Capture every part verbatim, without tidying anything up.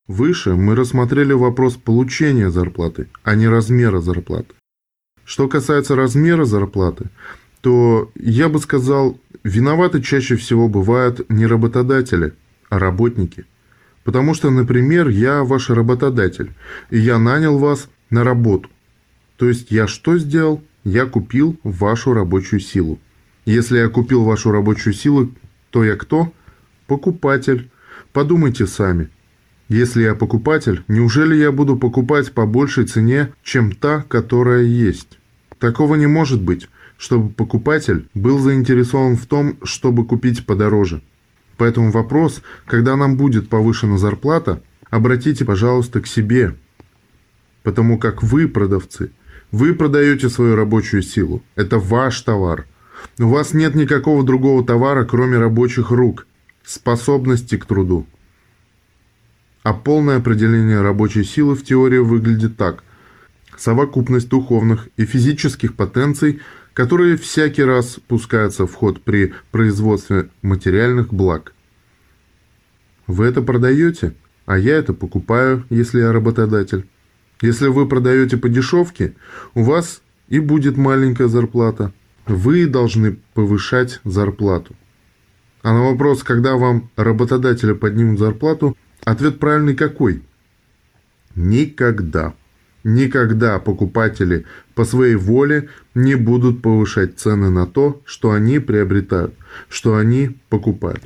Выше мы рассмотрели вопрос получения зарплаты, а не размера зарплаты. Что касается размера зарплаты, то я бы сказал, виноваты чаще всего бывают не работодатели, а работники. Потому что, например, я ваш работодатель, и я нанял вас на работу. То есть я что сделал? Я купил вашу рабочую силу. Если я купил вашу рабочую силу, то я кто? Покупатель. Подумайте сами. Если я покупатель, неужели я буду покупать по большей цене, чем та, которая есть? Такого не может быть, чтобы покупатель был заинтересован в том, чтобы купить подороже. Поэтому вопрос, когда нам будет повышена зарплата, обратите, пожалуйста, к себе. Потому как вы, продавцы, вы продаете свою рабочую силу. Это ваш товар. У вас нет никакого другого товара, кроме рабочих рук, способности к труду. А полное определение рабочей силы в теории выглядит так. Совокупность духовных и физических потенций, которые всякий раз пускаются в ход при производстве материальных благ. Вы это продаете, а я это покупаю, если я работодатель. Если вы продаете по дешевке, у вас и будет маленькая зарплата. Вы должны повышать зарплату. А на вопрос, когда вам работодатели поднимут зарплату, ответ правильный какой? Никогда. Никогда покупатели по своей воле не будут повышать цены на то, что они приобретают, что они покупают.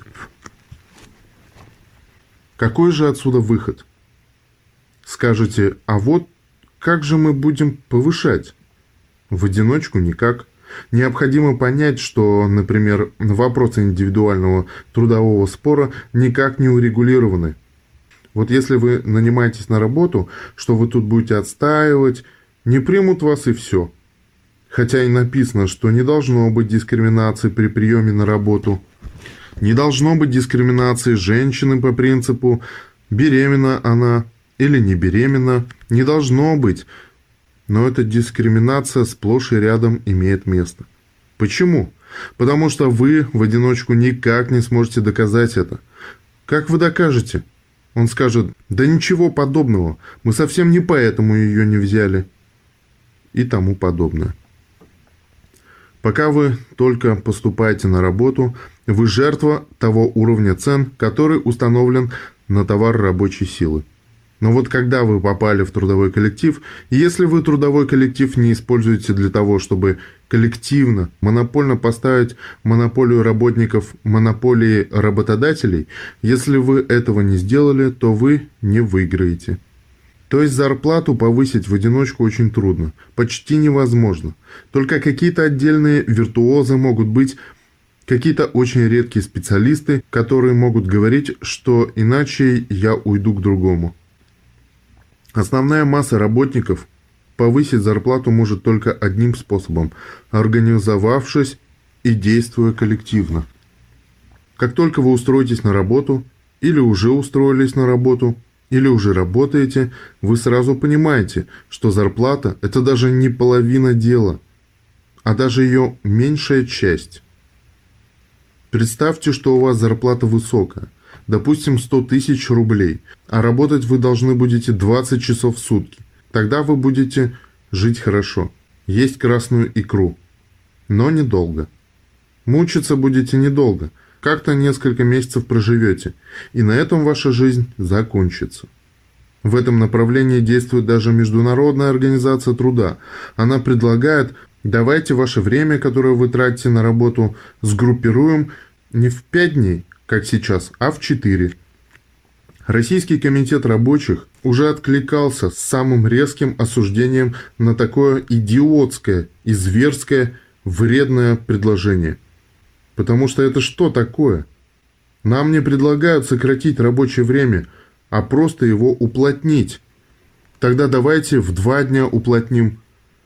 Какой же отсюда выход? Скажете, а вот как же мы будем повышать? В одиночку никак. Необходимо понять, что, например, вопросы индивидуального трудового спора никак не урегулированы. Вот если вы нанимаетесь на работу, что вы тут будете отстаивать, не примут вас и все. Хотя и написано, что не должно быть дискриминации при приеме на работу. Не должно быть дискриминации женщины по принципу беременна она или не беременна. Не должно быть. Но эта дискриминация сплошь и рядом имеет место. Почему? Потому что вы в одиночку никак не сможете доказать это. Как вы докажете? Он скажет, да ничего подобного, мы совсем не поэтому ее не взяли. И тому подобное. Пока вы только поступаете на работу, вы жертва того уровня цен, который установлен на товар рабочей силы. Но вот когда вы попали в трудовой коллектив, и если вы трудовой коллектив не используете для того, чтобы коллективно, монопольно поставить монополию работников, монополии работодателей, если вы этого не сделали, то вы не выиграете. То есть зарплату повысить в одиночку очень трудно, почти невозможно. Только какие-то отдельные виртуозы могут быть, какие-то очень редкие специалисты, которые могут говорить, что иначе я уйду к другому. Основная масса работников повысить зарплату может только одним способом – организовавшись и действуя коллективно. Как только вы устроитесь на работу, или уже устроились на работу, или уже работаете, вы сразу понимаете, что зарплата – это даже не половина дела, а даже ее меньшая часть. Представьте, что у вас зарплата высокая. Допустим, сто тысяч рублей, а работать вы должны будете двадцать часов в сутки. Тогда вы будете жить хорошо, есть красную икру, но недолго. Мучиться будете недолго, как-то несколько месяцев проживете, и на этом ваша жизнь закончится. В этом направлении действует даже Международная организация труда. Она предлагает, давайте ваше время, которое вы тратите на работу, сгруппируем не в пять дней, как сейчас, а в четыре. Российский комитет рабочих уже откликался с самым резким осуждением на такое идиотское и зверское вредное предложение. Потому что это что такое? Нам не предлагают сократить рабочее время, а просто его уплотнить. Тогда давайте в два дня уплотним.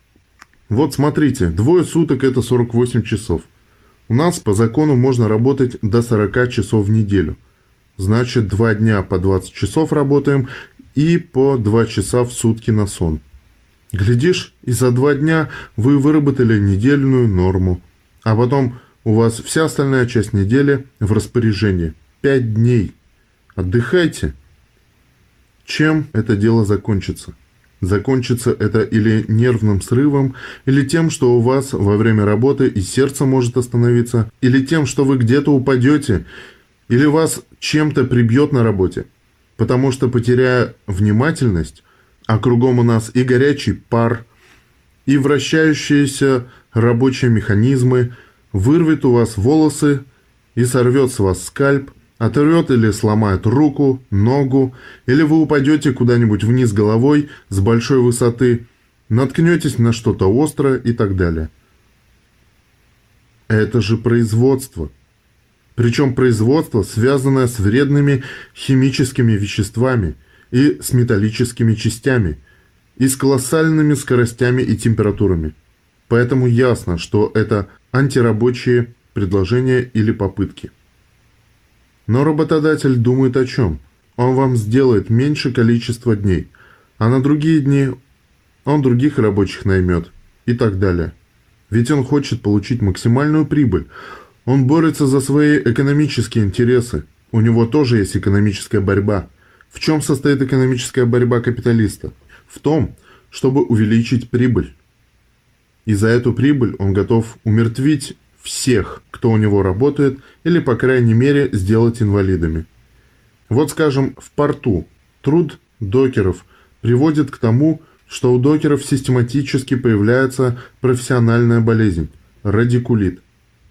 Вот смотрите, двое суток это сорок восемь часов. У нас по закону можно работать до сорока часов в неделю. Значит, два дня по двадцать часов работаем и по два часа в сутки на сон. Глядишь, и за два дня вы выработали недельную норму. А потом у вас вся остальная часть недели в распоряжении. Пять дней. Отдыхайте. чем это дело закончится. Закончится это или нервным срывом, или тем, что у вас во время работы и сердце может остановиться, или тем, что вы где-то упадете, или вас чем-то прибьет на работе. Потому что, потеряя внимательность, а кругом у нас и горячий пар, и вращающиеся рабочие механизмы, вырвет у вас волосы и сорвет с вас скальп, оторвет или сломает руку, ногу, или вы упадете куда-нибудь вниз головой с большой высоты, наткнетесь на что-то острое и так далее. Это же производство. Причем производство, связанное с вредными химическими веществами и с металлическими частями, и с колоссальными скоростями и температурами. Поэтому ясно, что это антирабочие предложения или попытки. Но работодатель думает о чем? Он вам сделает меньше количества дней, а на другие дни он других рабочих наймет и так далее. Ведь он хочет получить максимальную прибыль. Он борется за свои экономические интересы. У него тоже есть экономическая борьба. В чем состоит экономическая борьба капиталиста? В том, чтобы увеличить прибыль. И за эту прибыль он готов умертвить всех, кто у него работает, или, по крайней мере, сделать инвалидами. Вот, скажем, в порту труд докеров приводит к тому, что у докеров систематически появляется профессиональная болезнь – радикулит.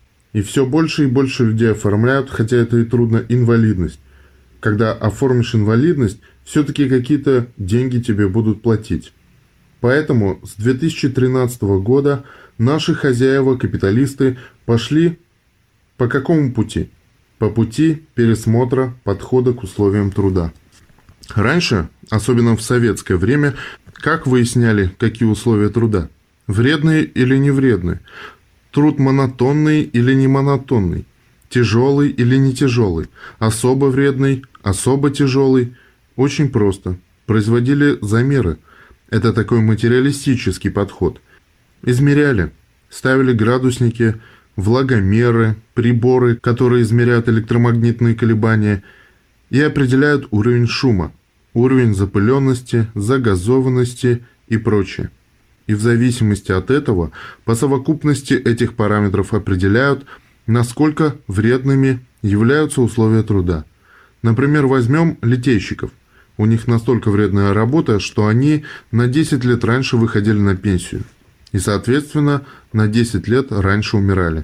И все больше и больше людей оформляют, хотя это и трудно, инвалидность. Когда оформишь инвалидность, все-таки какие-то деньги тебе будут платить. Поэтому с две тысячи тринадцатого года наши хозяева-капиталисты пошли по какому пути? По пути пересмотра подхода к условиям труда. Раньше, особенно в советское время, как выясняли, какие условия труда? Вредные или не вредные? Труд монотонный или не монотонный? Тяжелый или не тяжелый? Особо вредный, особо тяжелый? Очень просто. Производили замеры. Это такой материалистический подход. Измеряли. Ставили градусники, влагомеры, приборы, которые измеряют электромагнитные колебания и определяют уровень шума, уровень запыленности, загазованности и прочее. И в зависимости от этого, по совокупности этих параметров определяют, насколько вредными являются условия труда. Например, возьмем литейщиков. У них настолько вредная работа, что они на десять лет раньше выходили на пенсию. И, соответственно, на десять лет раньше умирали.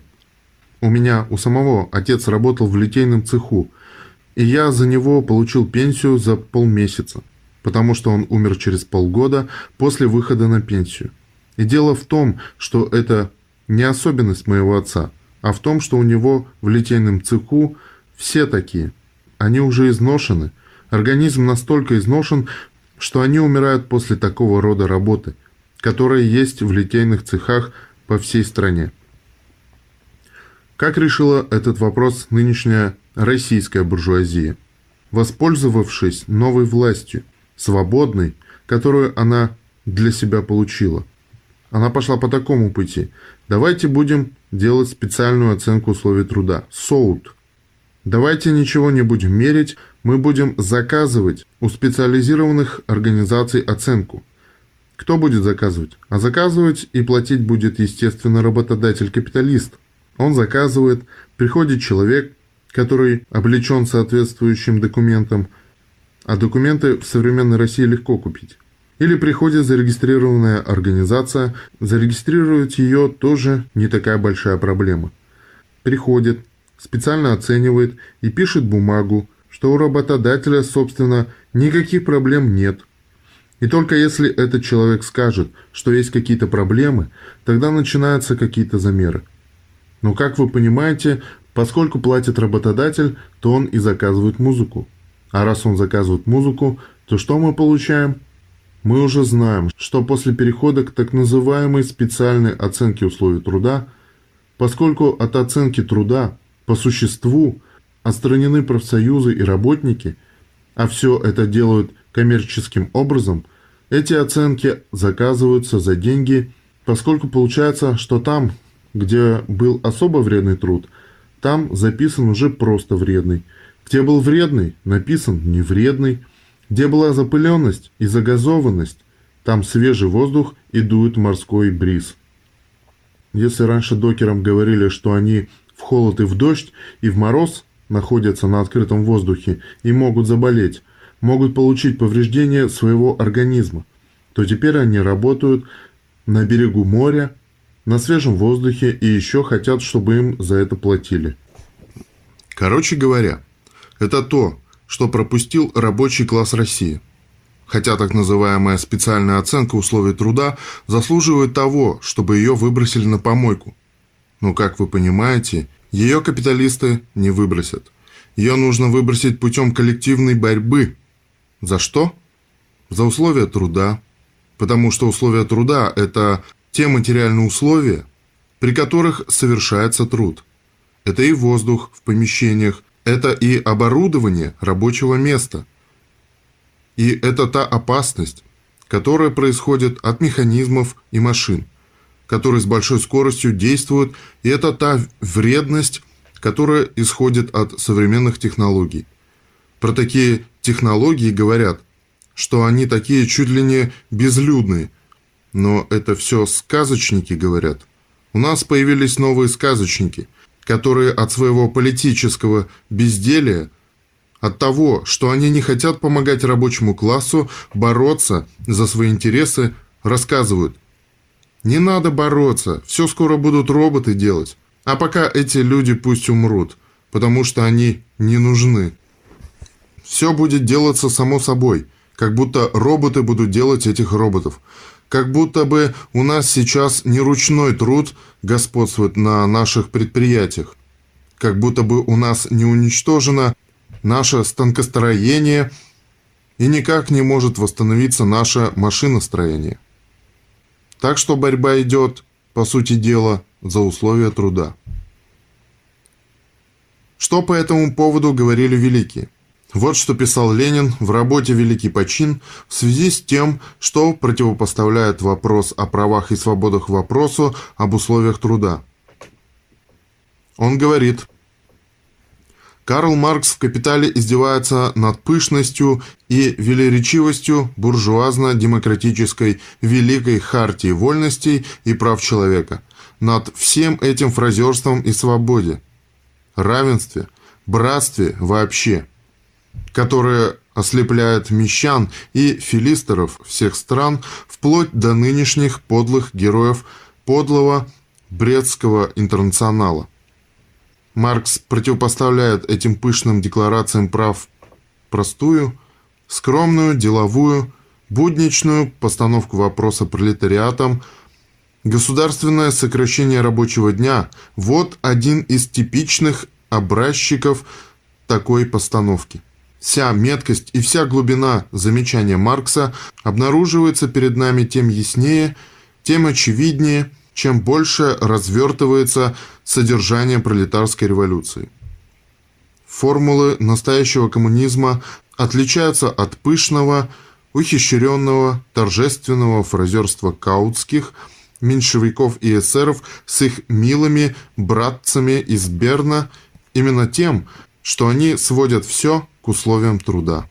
У меня, у самого, отец работал в литейном цеху, и я за него получил пенсию за полмесяца, потому что он умер через полгода после выхода на пенсию. И дело в том, что это не особенность моего отца, а в том, что у него в литейном цеху все такие. Они уже изношены. Организм настолько изношен, что они умирают после такого рода работы, которая есть в литейных цехах по всей стране. Как решила этот вопрос нынешняя российская буржуазия? Воспользовавшись новой властью, свободной, которую она для себя получила. Она пошла по такому пути. Давайте будем делать специальную оценку условий труда. СОУТ. Давайте ничего не будем мерить, мы будем заказывать у специализированных организаций оценку. Кто будет заказывать? А заказывать и платить будет, естественно, работодатель-капиталист. Он заказывает, приходит человек, который облечен соответствующим документом, а документы в современной России легко купить. Или приходит зарегистрированная организация, зарегистрировать ее тоже не такая большая проблема. Приходит, специально оценивает и пишет бумагу, что у работодателя, собственно, никаких проблем нет. И только если этот человек скажет, что есть какие-то проблемы, тогда начинаются какие-то замеры. Но, как вы понимаете, поскольку платит работодатель, то он и заказывает музыку. А раз он заказывает музыку, то что мы получаем? Мы уже знаем, что после перехода к так называемой специальной оценке условий труда, поскольку от оценки труда по существу отстранены профсоюзы и работники, а все это делают коммерческим образом, эти оценки заказываются за деньги, поскольку получается, что там, где был особо вредный труд, там записан уже просто вредный. Где был вредный, написан невредный. Где была запыленность и загазованность, там свежий воздух и дует морской бриз. Если раньше докерам говорили, что они в холод и в дождь, и в мороз находятся на открытом воздухе и могут заболеть, могут получить повреждения своего организма, то теперь они работают на берегу моря, на свежем воздухе и еще хотят, чтобы им за это платили. Короче говоря, это то, что пропустил рабочий класс России. Хотя так называемая специальная оценка условий труда заслуживает того, чтобы ее выбросили на помойку. Но, как вы понимаете, ее капиталисты не выбросят. Ее нужно выбросить путем коллективной борьбы. За что? За условия труда. Потому что условия труда – это те материальные условия, при которых совершается труд. Это и воздух в помещениях, это и оборудование рабочего места. И это та опасность, которая происходит от механизмов и машин, которые с большой скоростью действуют, и это та вредность, которая исходит от современных технологий. Про такие технологии говорят, что они такие чуть ли не безлюдные, но это все сказочники говорят. У нас появились новые сказочники, которые от своего политического безделия, от того, что они не хотят помогать рабочему классу бороться за свои интересы, рассказывают: не надо бороться, все скоро будут роботы делать, а пока эти люди пусть умрут, потому что они не нужны. Все будет делаться само собой, как будто роботы будут делать этих роботов. Как будто бы у нас сейчас не ручной труд господствует на наших предприятиях. Как будто бы у нас не уничтожено наше станкостроение и никак не может восстановиться наше машиностроение. Так что борьба идет, по сути дела, за условия труда. Что по этому поводу говорили великие? Вот что писал Ленин в работе «Великий почин» в связи с тем, что противопоставляет вопрос о правах и свободах вопросу об условиях труда. Он говорит: Карл Маркс в «Капитале» издевается над пышностью и велеречивостью буржуазно-демократической великой хартии вольностей и прав человека, над всем этим фразерством и свободе, равенстве, братстве вообще, которое ослепляет мещан и филистеров всех стран, вплоть до нынешних подлых героев подлого Брестского интернационала. Маркс противопоставляет этим пышным декларациям прав простую, скромную, деловую, будничную постановку вопроса пролетариатом. Государственное сокращение рабочего дня – вот один из типичных образчиков такой постановки. Вся меткость и вся глубина замечания Маркса обнаруживается перед нами тем яснее, тем очевиднее, чем больше развертывается содержание пролетарской революции. Формулы настоящего коммунизма отличаются от пышного, ухищренного, торжественного фразерства каутских, меньшевиков и эсеров с их милыми братцами из Берна именно тем, что они сводят все к условиям труда.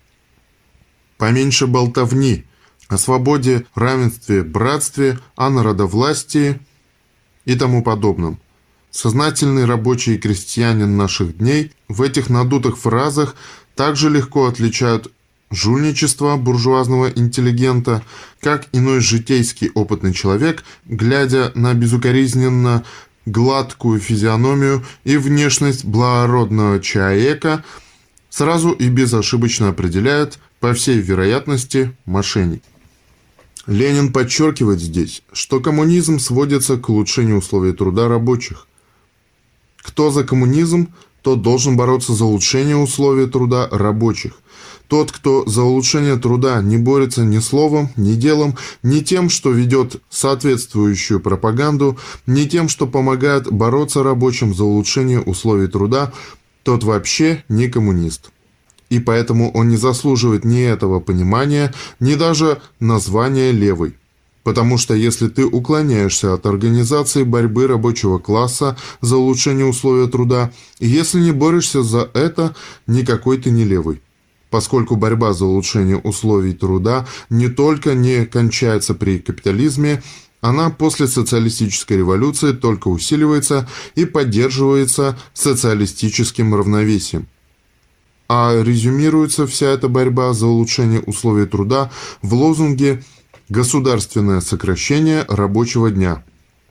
Поменьше болтовни о свободе, равенстве, братстве, о народовластии и тому подобном. Сознательный рабочий и крестьянин наших дней в этих надутых фразах также легко отличают жульничество буржуазного интеллигента, как иной житейский опытный человек, глядя на безукоризненно гладкую физиономию и внешность благородного человека, сразу и безошибочно определяет, по всей вероятности, мошенник. Ленин подчеркивает здесь, что коммунизм сводится к улучшению условий труда рабочих. Кто за коммунизм, тот должен бороться за улучшение условий труда рабочих. Тот, кто за улучшение труда не борется ни словом, ни делом, ни тем, что ведет соответствующую пропаганду, ни тем, что помогает бороться рабочим за улучшение условий труда, тот вообще не коммунист. И поэтому он не заслуживает ни этого понимания, ни даже названия левой. Потому что если ты уклоняешься от организации борьбы рабочего класса за улучшение условий труда, если не борешься за это, никакой ты не левый. поскольку борьба за улучшение условий труда не только не кончается при капитализме, она после социалистической революции только усиливается и поддерживается социалистическим равновесием. А резюмируется вся эта борьба за улучшение условий труда в лозунге «Государственное сокращение рабочего дня».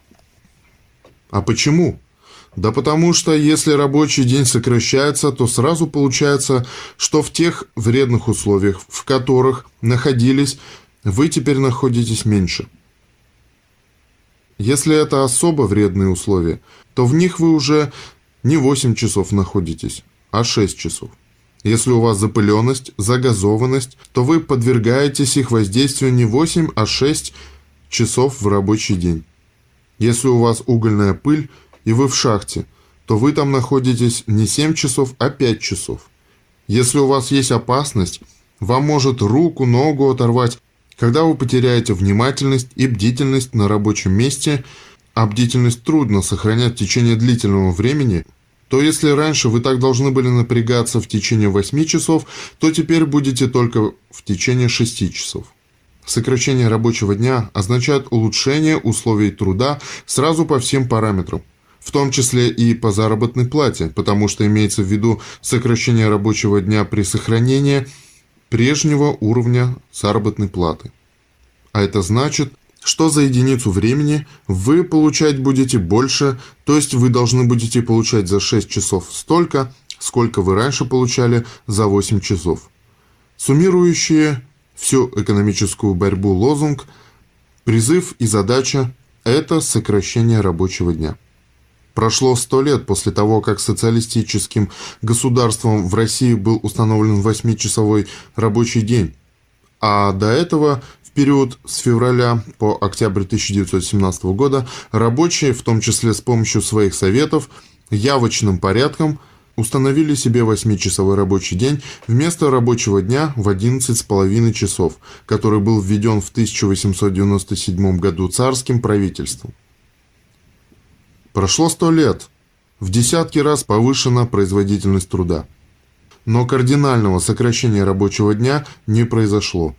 А почему? Да потому что если рабочий день сокращается, то сразу получается, что в тех вредных условиях, в которых находились, вы теперь находитесь меньше. Если это особо вредные условия, то в них вы уже не восемь часов находитесь, а шесть часов. Если у вас запыленность, загазованность, то вы подвергаетесь их воздействию не восемь, а шесть часов в рабочий день. Если у вас угольная пыль, и вы в шахте, то вы там находитесь не семь часов, а пять часов. Если у вас есть опасность, вам может руку, ногу оторвать. Когда вы потеряете внимательность и бдительность на рабочем месте, а бдительность трудно сохранять в течение длительного времени, то если раньше вы так должны были напрягаться в течение восьми часов, то теперь будете только в течение шести часов. Сокращение рабочего дня означает улучшение условий труда сразу по всем параметрам, в том числе и по заработной плате, потому что имеется в виду сокращение рабочего дня при сохранении прежнего уровня заработной платы. А это значит, что за единицу времени вы получать будете больше, то есть вы должны будете получать за шесть часов столько, сколько вы раньше получали за восемь часов. Суммирующие всю экономическую борьбу лозунг, призыв и задача – это сокращение рабочего дня. Прошло сто лет после того, как социалистическим государством в России был установлен восьмичасовой рабочий день, а до этого в период с февраля по октябрь тысяча девятьсот семнадцатого года рабочие, в том числе с помощью своих советов, явочным порядком установили себе восьмичасовой рабочий день вместо рабочего дня в одиннадцать с половиной часов, который был введен в тысяча восемьсот девяносто седьмом году царским правительством. Прошло сто лет, в десятки раз повышена производительность труда. Но кардинального сокращения рабочего дня не произошло.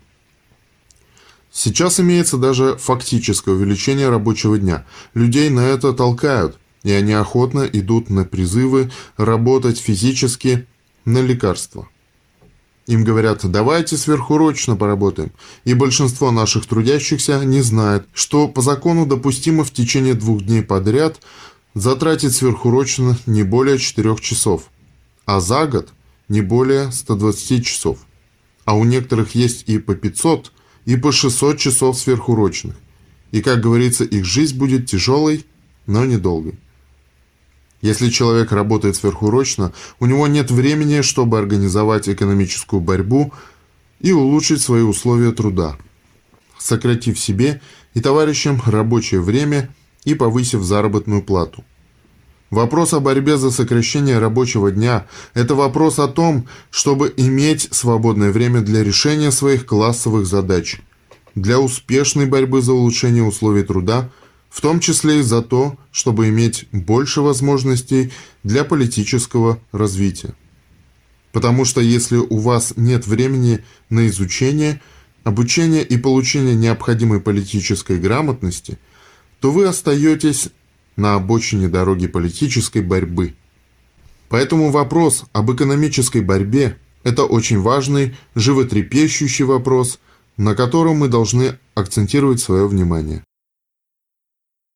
Сейчас имеется даже фактическое увеличение рабочего дня. Людей на это толкают, и они охотно идут на призывы работать физически на лекарства. Им говорят: давайте сверхурочно поработаем, и большинство наших трудящихся не знает, что по закону допустимо в течение двух дней подряд затратить сверхурочно не более четырёх часов, а за год не более ста двадцати часов. А у некоторых есть и по пятьсот, и по шестьсот часов сверхурочных. И, как говорится, их жизнь будет тяжелой, но недолгой. Если человек работает сверхурочно, у него нет времени, чтобы организовать экономическую борьбу и улучшить свои условия труда, сократив себе и товарищам рабочее время и повысив заработную плату. Вопрос о борьбе за сокращение рабочего дня – это вопрос о том, чтобы иметь свободное время для решения своих классовых задач, для успешной борьбы за улучшение условий труда, в том числе и за то, чтобы иметь больше возможностей для политического развития. Потому что если у вас нет времени на изучение, обучение и получение необходимой политической грамотности, то вы остаетесь на обочине дороги политической борьбы. Поэтому вопрос об экономической борьбе – это очень важный, животрепещущий вопрос, на котором мы должны акцентировать свое внимание.